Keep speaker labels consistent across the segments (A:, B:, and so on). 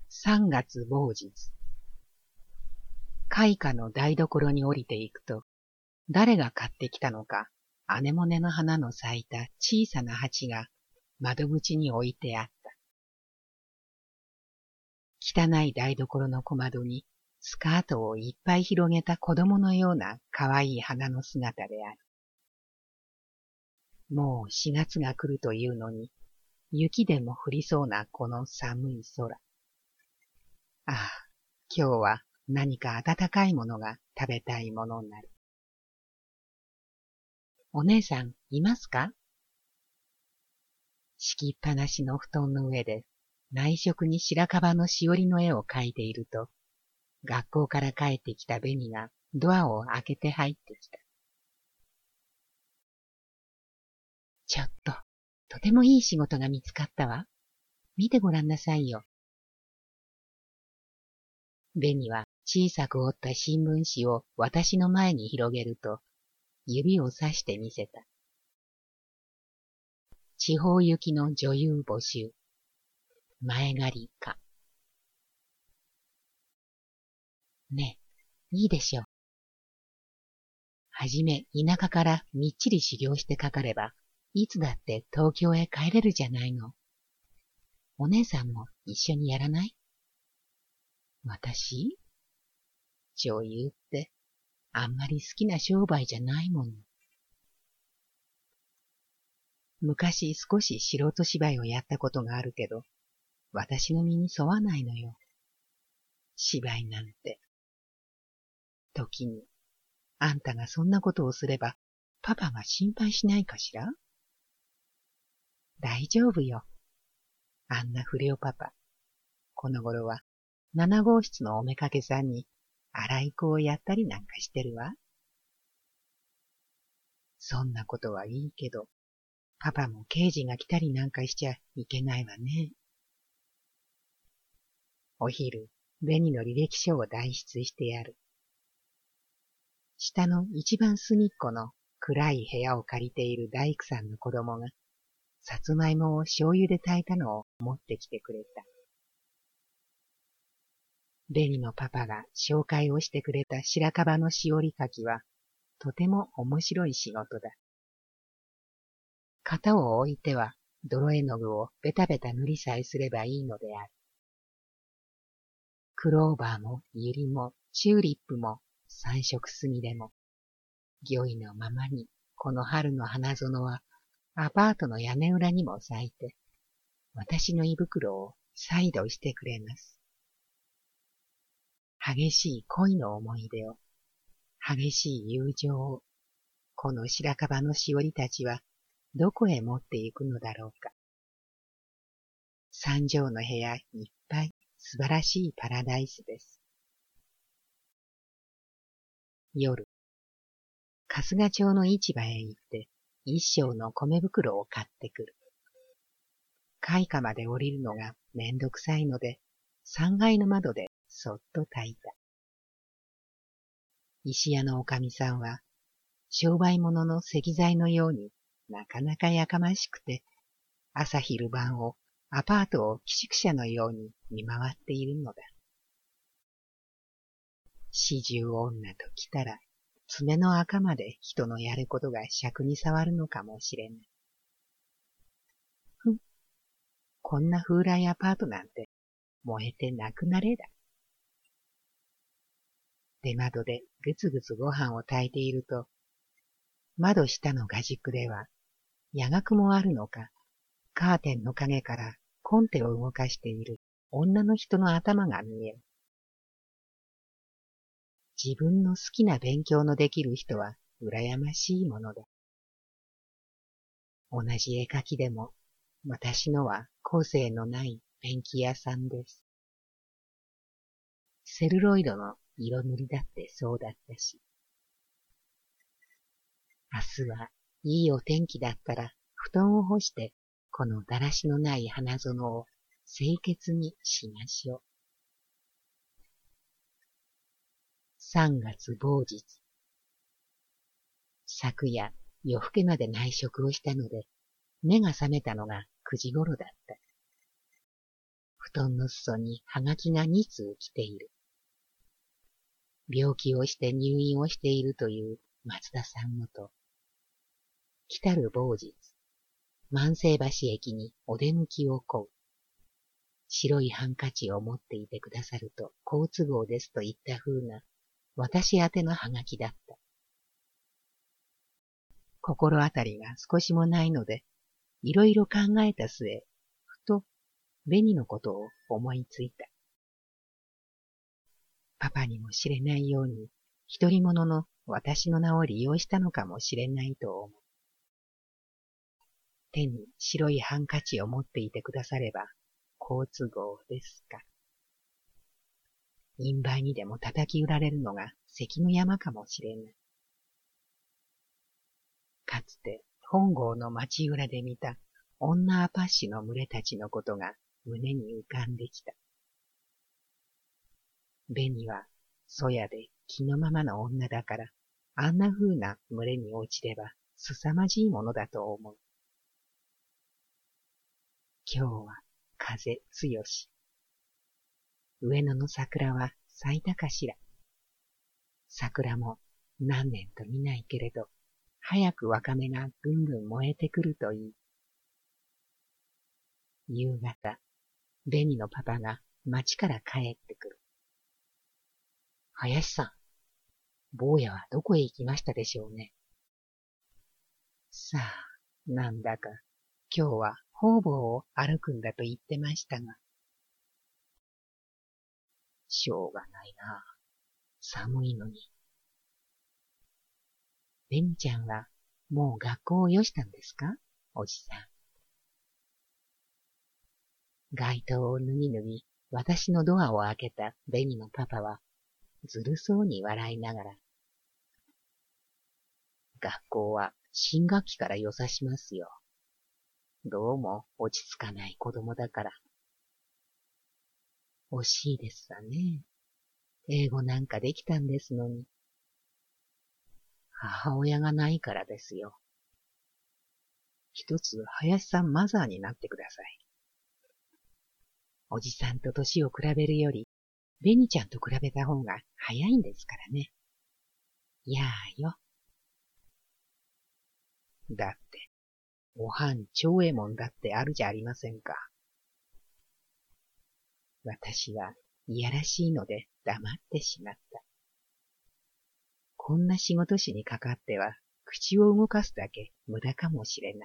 A: 3月某日。開花の台所に降りていくと、誰が買ってきたのか、アネモネの花の咲いた小さな鉢が窓口に置いてあった。汚い台所の小窓にスカートをいっぱい広げた子供のような可愛い花の姿である。もう4月が来るというのに、雪でも降りそうなこの寒い空。ああ、今日は何か温かいものが食べたいものになる。お姉さん、いますか？敷きっぱなしの布団の上で内職に白樺のしおりの絵を描いていると、学校から帰ってきた紅がドアを開けて入ってきた。ちょっと、とてもいい仕事が見つかったわ。見てごらんなさいよ。紅は小さく折った新聞紙を私の前に広げると、指をさしてみせた。地方行きの女優募集。前借りか。ねえ、いいでしょう。はじめ田舎からみっちり修行してかかれば、いつだって東京へ帰れるじゃないの。お姉さんも一緒にやらない？私？女優ってあんまり好きな商売じゃないもの。昔少し素人芝居をやったことがあるけど、私の身に沿わないのよ。芝居なんて。時に、あんたがそんなことをすれば、パパが心配しないかしら？大丈夫よ。あんな不良パパ。この頃は、7号室のおめかけさんに、洗い子をやったりなんかしてるわ。そんなことはいいけど、パパも刑事が来たりなんかしちゃいけないわね。お昼、紅の履歴書を代筆してやる。下の一番隅っこの暗い部屋を借りている大工さんの子供が、さつまいもを醤油で炊いたのを持ってきてくれた。紅のパパが紹介をしてくれた白樺のしおりかきは、とても面白い仕事だ。型を置いては泥絵の具をベタベタ塗りさえすればいいのである。クローバーもユリもチューリップも三色すみれも、御意のままにこの春の花園はアパートの屋根裏にも咲いて、私の胃袋を再度してくれます。激しい恋の思い出を、激しい友情を、この白樺のしおりたちはどこへ持って行くのだろうか。三畳の部屋いっぱい素晴らしいパラダイスです。夜、春日町の市場へ行って一升の米袋を買ってくる。開花まで降りるのがめんどくさいので、3階の窓でそっと炊いた。石屋のおかみさんは、商売物の石材のようになかなかやかましくて、朝昼晩をアパートを寄宿舎のように見回っているのだ。40女と来たら、爪の赤まで人のやることが尺に触るのかもしれない。ふん、こんな風来アパートなんて燃えてなくなれだ。出窓でぐつぐつご飯を炊いていると、窓下の画軸では、夜学もあるのか、カーテンの影からコンテを動かしている女の人の頭が見える。自分の好きな勉強のできる人は羨ましいものだ。同じ絵描きでも、私のは個性のないペンキ屋さんです。セルロイドの色塗りだってそうだったし。明日はいいお天気だったら布団を干してこのだらしのない花園を清潔にしましょう。3月某日。昨夜夜更けまで内職をしたので目が覚めたのが9時頃だった。 布団の裾にはがきが2通来ている。病気をして入院をしているという松田さんのと、来たる某日、万世橋駅にお出向きを請う。白いハンカチを持っていてくださると好都合ですといった風な私宛てのハガキだった。心当たりが少しもないので、いろいろ考えた末、ふと紅のことを思いついた。パパにも知れないように、独り者の私の名を利用したのかもしれないと思う。手に白いハンカチを持っていてくだされば、好都合ですか。陰売にでも叩き売られるのが関の山かもしれない。かつて本郷の町裏で見た女アパッシの群れたちのことが胸に浮かんできた。紅はそやで気のままの女だから、あんな風な群れに落ちれば凄まじいものだと思う。今日は風強し。上野の桜は咲いたかしら。桜も何年と見ないけれど、早く若芽がぐんぐん燃えてくるといい。夕方、紅のパパが町から帰ってくる。林さん、坊やはどこへ行きましたでしょうね。さあ、なんだか、今日は方々を歩くんだと言ってましたが。しょうがないな。寒いのに。紅ちゃんはもう学校をよしたんですか、おじさん。街灯を脱ぎ脱ぎ、私のドアを開けた紅のパパは、ずるそうに笑いながら、学校は新学期からよさしますよ。どうも落ち着かない子供だから。惜しいですわね。英語なんかできたんですのに。母親がないからですよ。一つ林さんマザーになってください。おじさんと年を比べるより、紅ちゃんと比べた方が早いんですからね。やあよ。だって、おはん長右衛門だってあるじゃありませんか。私はいやらしいので黙ってしまった。こんな仕事師にかかっては、口を動かすだけ無駄かもしれない。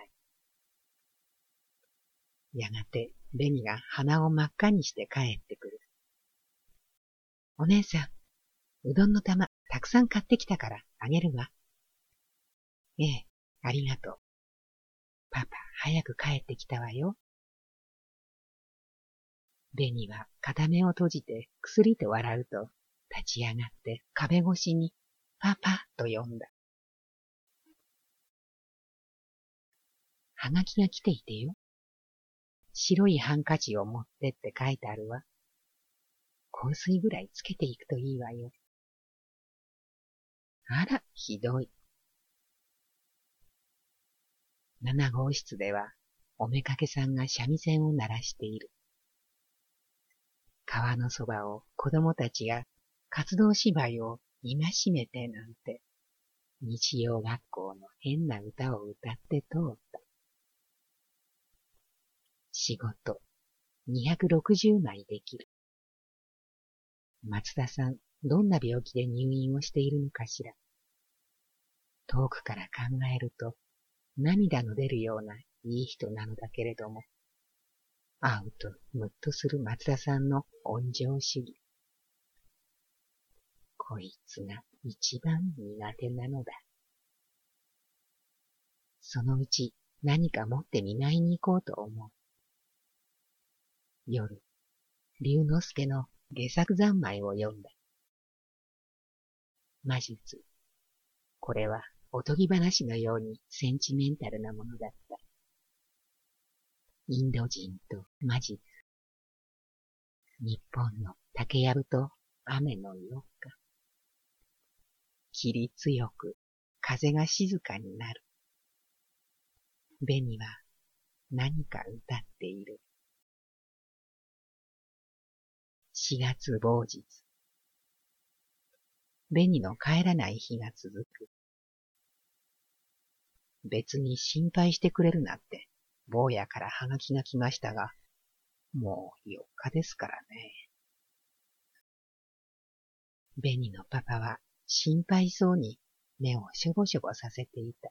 A: やがて、紅が鼻を真っ赤にして帰ってくる。お姉さん、うどんの玉たくさん買ってきたからあげるわ。ええ、ありがとう。パパ、早く帰ってきたわよ。紅は片目を閉じてくすりと笑うと、立ち上がって壁越しにパパと呼んだ。はがきが来ていてよ。白いハンカチを持ってって書いてあるわ。香水ぐらいつけていくといいわよ。あら、ひどい。7号室では、おめかけさんが三味線を鳴らしている。川のそばを子供たちが活動芝居を戒めてなんて、日曜学校の変な歌を歌って通った。仕事260枚できる。松田さん、どんな病気で入院をしているのかしら。遠くから考えると、涙の出るようないい人なのだけれども、会うとムッとする松田さんの温情主義。こいつが一番苦手なのだ。そのうち何か持って見舞いに行こうと思う。夜、龍之介の下作三昧を読んだ。魔術。これはおとぎ話のようにセンチメンタルなものだった。インド人と魔術。日本の竹やぶと雨の夜か。霧強く風が静かになる。紅は何か歌っている。 4月某日。紅の帰らない日が続く。別に心配してくれるなって、坊やからハガキが来ましたが、もう4日ですからね。紅のパパは心配そうに目をしょぼしょぼさせていた。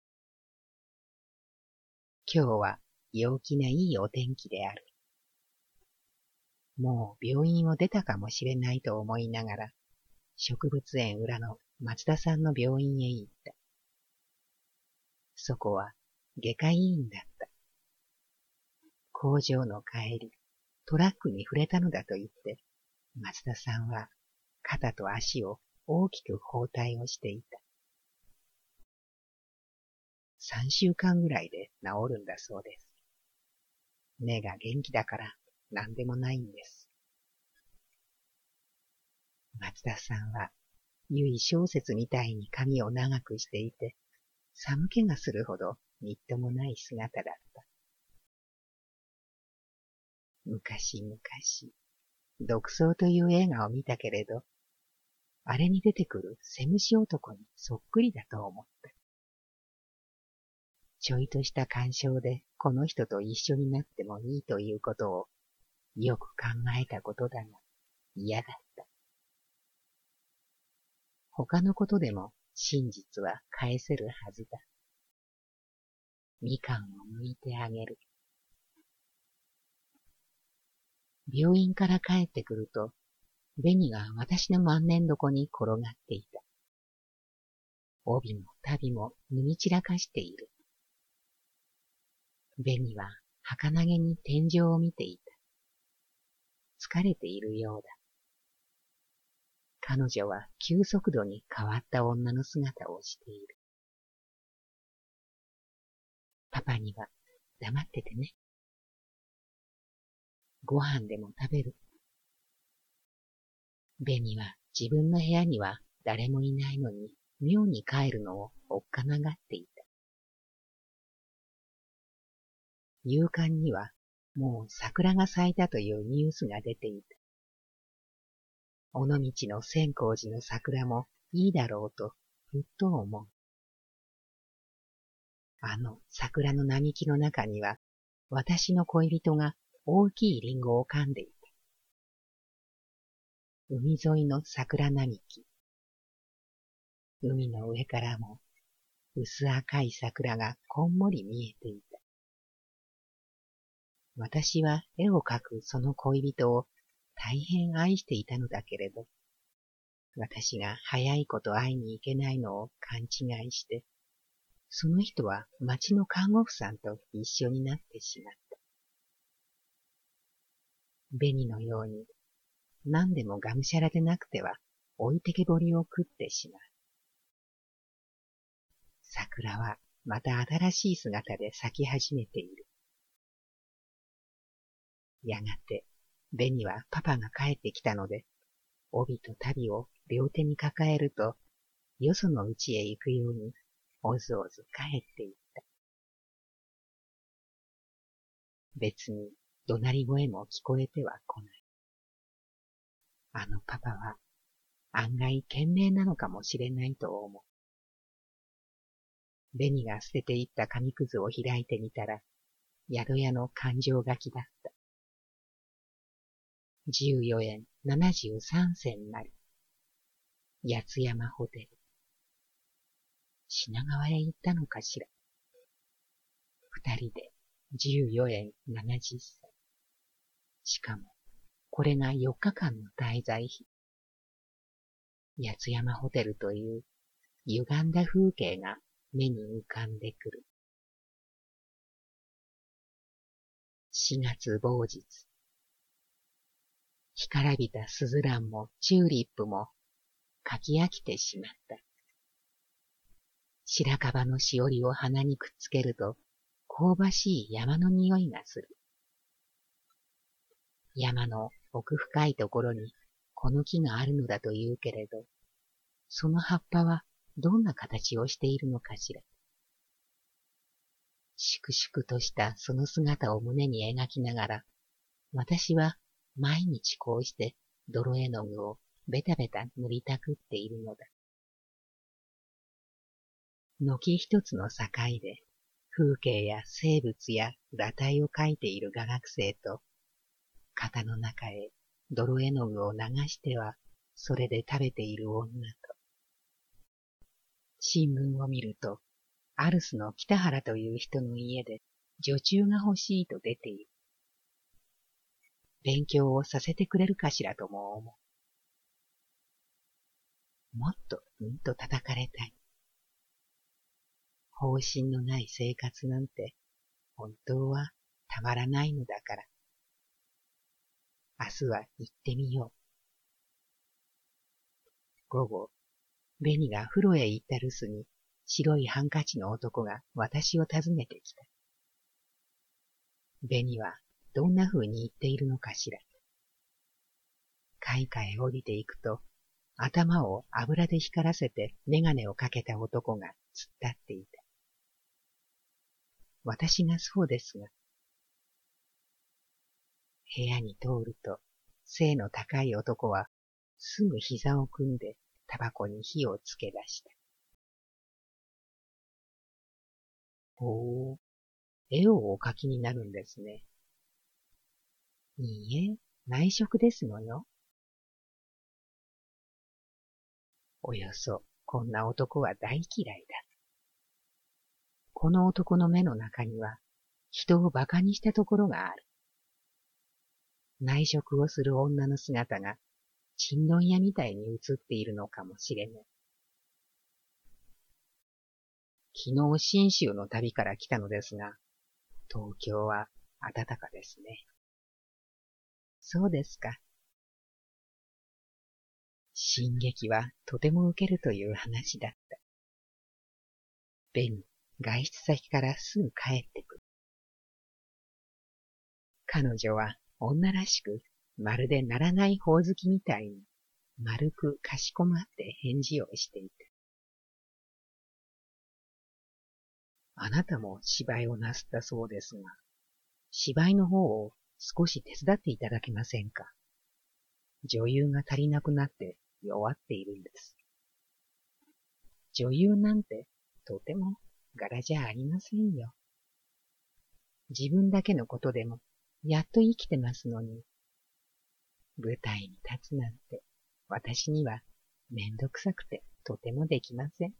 A: 今日は陽気ないいお天気である。もう病院を出たかもしれないと思いながら、植物園裏の松田さんの病院へ行った。そこは外科医院だった。工場の帰り、トラックに触れたのだと言って、松田さんは肩と足を大きく包帯をしていた。3週間ぐらいで治るんだそうです。根が元気だから何でもないんです。松田さんは由小説みたいに髪を長くしていて、寒気がするほどみっともない姿だった。昔々、独走という映画を見たけれど、あれに出てくるセムシ男にそっくりだと思った。ちょいとした感傷でこの人と一緒になってもいいということをよく考えたことだが嫌だった。他のことでも真実は返せるはずだ。みかんを剥いてあげる。病院から帰ってくると、紅が私の万年床に転がっていた。帯も足袋も脱ぎ散らかしている。紅は儚げに天井を見ていた。疲れているようだ。彼女は急速度に変わった女の姿をしている。パパには黙っててね。ご飯でも食べる。紅は自分の部屋には誰もいないのに妙に帰るのをおっかながっていた。夕刊にはもう桜が咲いたというニュースが出ていた。尾道の千光寺の桜もいいだろうとふっと思う。あの桜の並木の中には私の恋人が大きいリンゴを噛んでいた。海沿いの桜並木。海の上からも薄赤い桜がこんもり見えていた。私は絵を描くその恋人を大変愛していたのだけれど、私が早いこと会いに行けないのを勘違いして、その人は町の看護婦さんと一緒になってしまった。紅のように何でもがむしゃらでなくては置いてけぼりを食ってしまう。桜はまた新しい姿で咲き始めている。やがて、紅はパパが帰ってきたので、帯と足袋を両手に抱えると、よその家へ行くように、おずおず帰っていった。別に怒鳴り声も聞こえては来ない。あのパパは案外賢明なのかもしれないと思う。紅が捨てていった紙くずを開いてみたら、宿屋の勘定書きだった。14円73銭なり。八津山ホテル。品川へ行ったのかしら。二人で14円70銭。しかも、これが4日間の滞在費。八津山ホテルという歪んだ風景が目に浮かんでくる。4月某日。干からびたスズランもチューリップもかき飽きてしまった。白樺のしおりを鼻にくっつけると香ばしい山の匂いがする。山の奥深いところにこの木があるのだというけれど、その葉っぱはどんな形をしているのかしら。粛々としたその姿を胸に描きながら、私は毎日こうして泥絵の具をベタベタ塗りたくっているのだ。軒一つの境で風景や生物や裸体を描いている画学生と、型の中へ泥絵の具を流してはそれで食べている女と、新聞を見ると、アルスの北原という人の家で女中が欲しいと出ている。勉強をさせてくれるかしらとも思う。もっとうんと叩かれたい。方針のない生活なんて本当はたまらないのだから。明日は行ってみよう。午後、ベニが風呂へ行った留守に白いハンカチの男が私を訪ねてきた。ベニはどんな風に言っているのかしら。階下へ降りていくと、頭を油で光らせてメガネをかけた男が突っ立っていた。私がそうですが、部屋に通ると、背の高い男はすぐ膝を組んでタバコに火をつけ出した。ほう、絵をお描きになるんですね。いいえ、内職ですのよ。およそ、こんな男は大嫌いだ。この男の目の中には、人を馬鹿にしたところがある。内職をする女の姿が、ちんどん屋みたいに映っているのかもしれない。昨日信州の旅から来たのですが、東京は暖かですね。そうですか。進撃はとても受けるという話だった。ベニ、外出先からすぐ帰ってくる。彼女は女らしく、まるでならないほおずきみたいに、丸くかしこまって返事をしていた。あなたも芝居をなすったそうですが、芝居の方を少し手伝っていただけませんか。女優が足りなくなって弱っているんです。女優なんてとても柄じゃありませんよ。自分だけのことでもやっと生きてますのに、舞台に立つなんて私にはめんどくさくてとてもできません。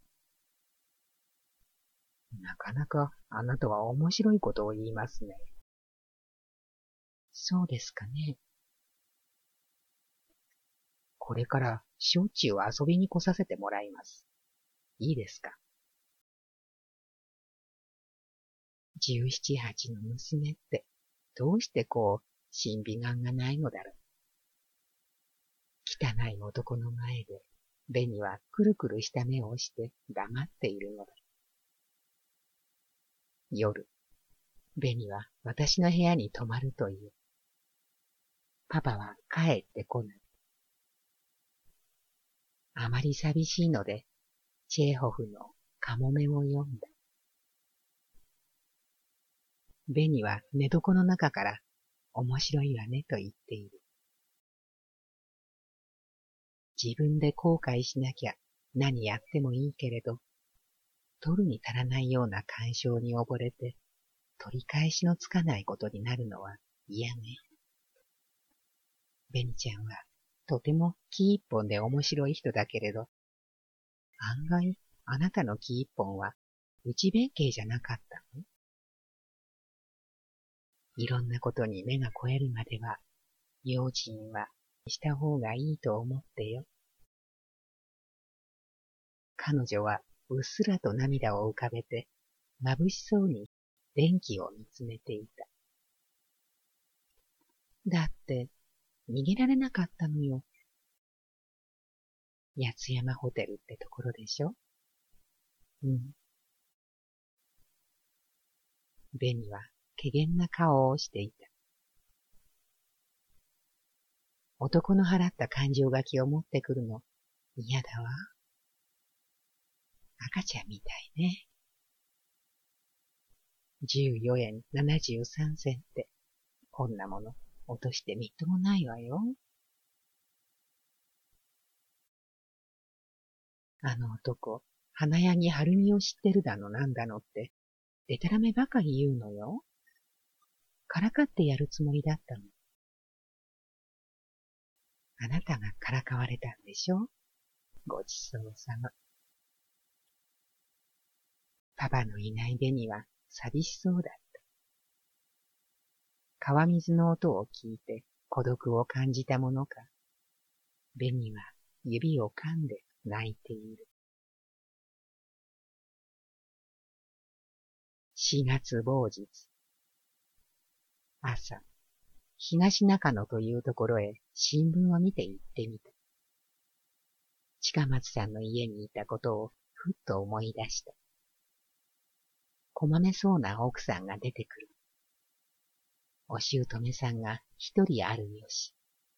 A: なかなかあなたは面白いことを言いますね。そうですかね。これからしょっちゅう遊びに来させてもらいます。いいですか。17、8の娘ってどうしてこう審美眼がないのだろう。汚い男の前でベニはくるくるした目をして黙っているのだ。夜、ベニは私の部屋に泊まるという。パパは帰ってこない。あまり寂しいので、チェーホフのカモメを読んだ。ベニは寝床の中から面白いわねと言っている。自分で後悔しなきゃ何やってもいいけれど、取るに足らないような感傷に溺れて、取り返しのつかないことになるのは嫌ね。ベニちゃんはとても気一本で面白い人だけれど、案外あなたの気一本は内弁慶じゃなかったの？いろんなことに目が肥えるまでは、用心はした方がいいと思ってよ。彼女はうっすらと涙を浮かべて、眩しそうに電気を見つめていた。だって、逃げられなかったのよ。八つ山ホテルってところでしょ？うん。ベニは怪訝な顔をしていた。男の払った感情書きを持ってくるの嫌だわ。赤ちゃんみたいね。14円73銭って、こんなもの落としてみっともないわよ。あの男、花柳晴美を知ってるだのなんだのって、でたらめばかり言うのよ。からかってやるつもりだったの。あなたがからかわれたんでしょ？ごちそうさま。パパのいないベニは寂しそうだった。川水の音を聞いて孤独を感じたものか、ベニは指を噛んで泣いている。4月某日。朝、東中野というところへ新聞を見て行ってみた。近松さんの家にいたことをふっと思い出した。こまめそうな奥さんが出てくる。お姑さんが一人あるよし。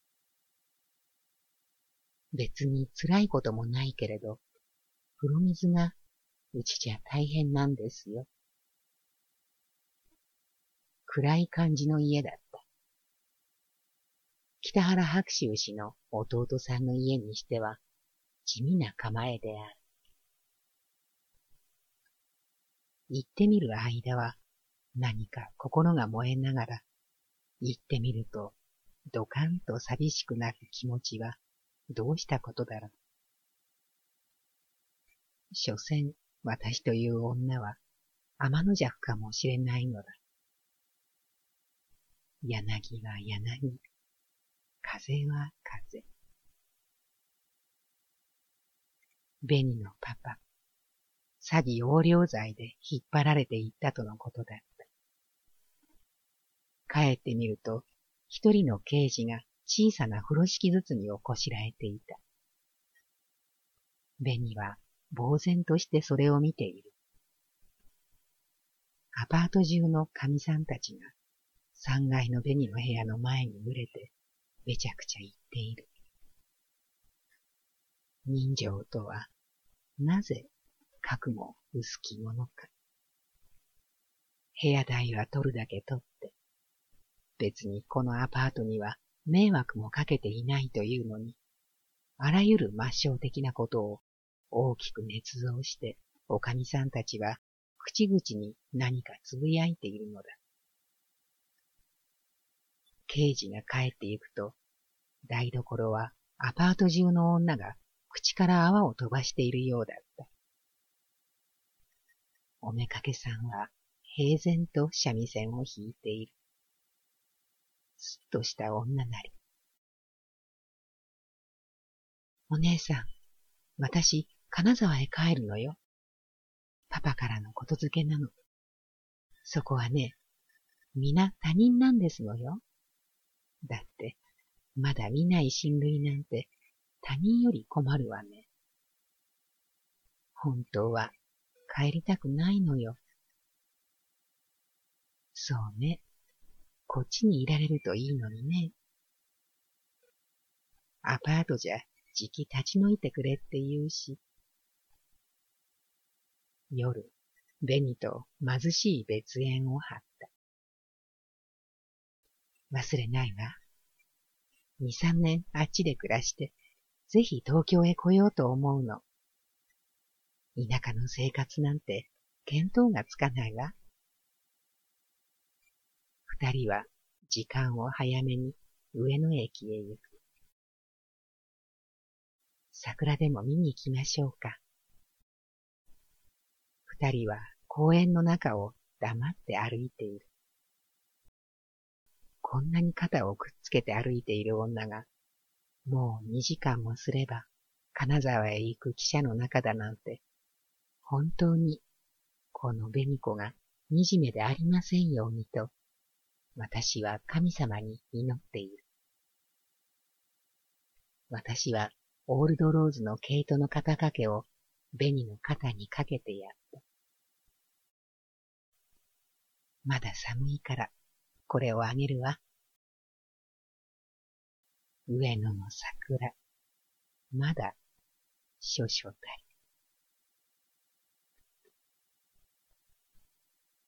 A: 別に辛いこともないけれど、風呂水がうちじゃ大変なんですよ。暗い感じの家だった。北原白秋氏の弟さんの家にしては地味な構えである。行ってみる間は何か心が燃えながら、行ってみるとドカンと寂しくなる気持ちはどうしたことだろう。所詮私という女は天の弱かもしれないのだ。柳は柳、風は風。紅のパパ、詐欺横領罪で引っ張られていったとのことだった。帰ってみると、一人の刑事が小さな風呂敷包みをこしらえていた。紅は呆然としてそれを見ている。アパート中の神さんたちが3階の紅の部屋の前に群れてめちゃくちゃ言っている。人情とはなぜ覚悟薄きものか。部屋代は取るだけ取って、別にこのアパートには迷惑もかけていないというのに、あらゆる抹消的なことを大きく捏造して、おかみさんたちは口々に何かつぶやいているのだ。刑事が帰ってゆくと、台所はアパート中の女が口から泡を飛ばしているようだった。おめかけさんは平然と三味線を弾いている。すっとした女なり。お姉さん、私、金沢へ帰るのよ。パパからのことづけなの。そこはね、皆他人なんですのよ。だって、まだ見ない親類なんて他人より困るわね。本当は帰りたくないのよ。そうね。こっちにいられるといいのにね。アパートじゃじき立ち退いてくれって言うし。夜、紅と貧しい別縁を張った。忘れないわ。2、3年あっちで暮らして、ぜひ東京へ来ようと思うの。田舎の生活なんて見当がつかないわ。二人は時間を早めに上野駅へ行く。桜でも見に行きましょうか。二人は公園の中を黙って歩いている。こんなに肩をくっつけて歩いている女が、もう2時間もすれば金沢へ行く汽車の中だなんて、本当にこの紅子が惨めでありませんようにと、私は神様に祈っている。私はオールドローズの毛糸の肩掛けを紅の肩にかけてやった。まだ寒いからこれをあげるわ。上野の桜、まだ少々たり。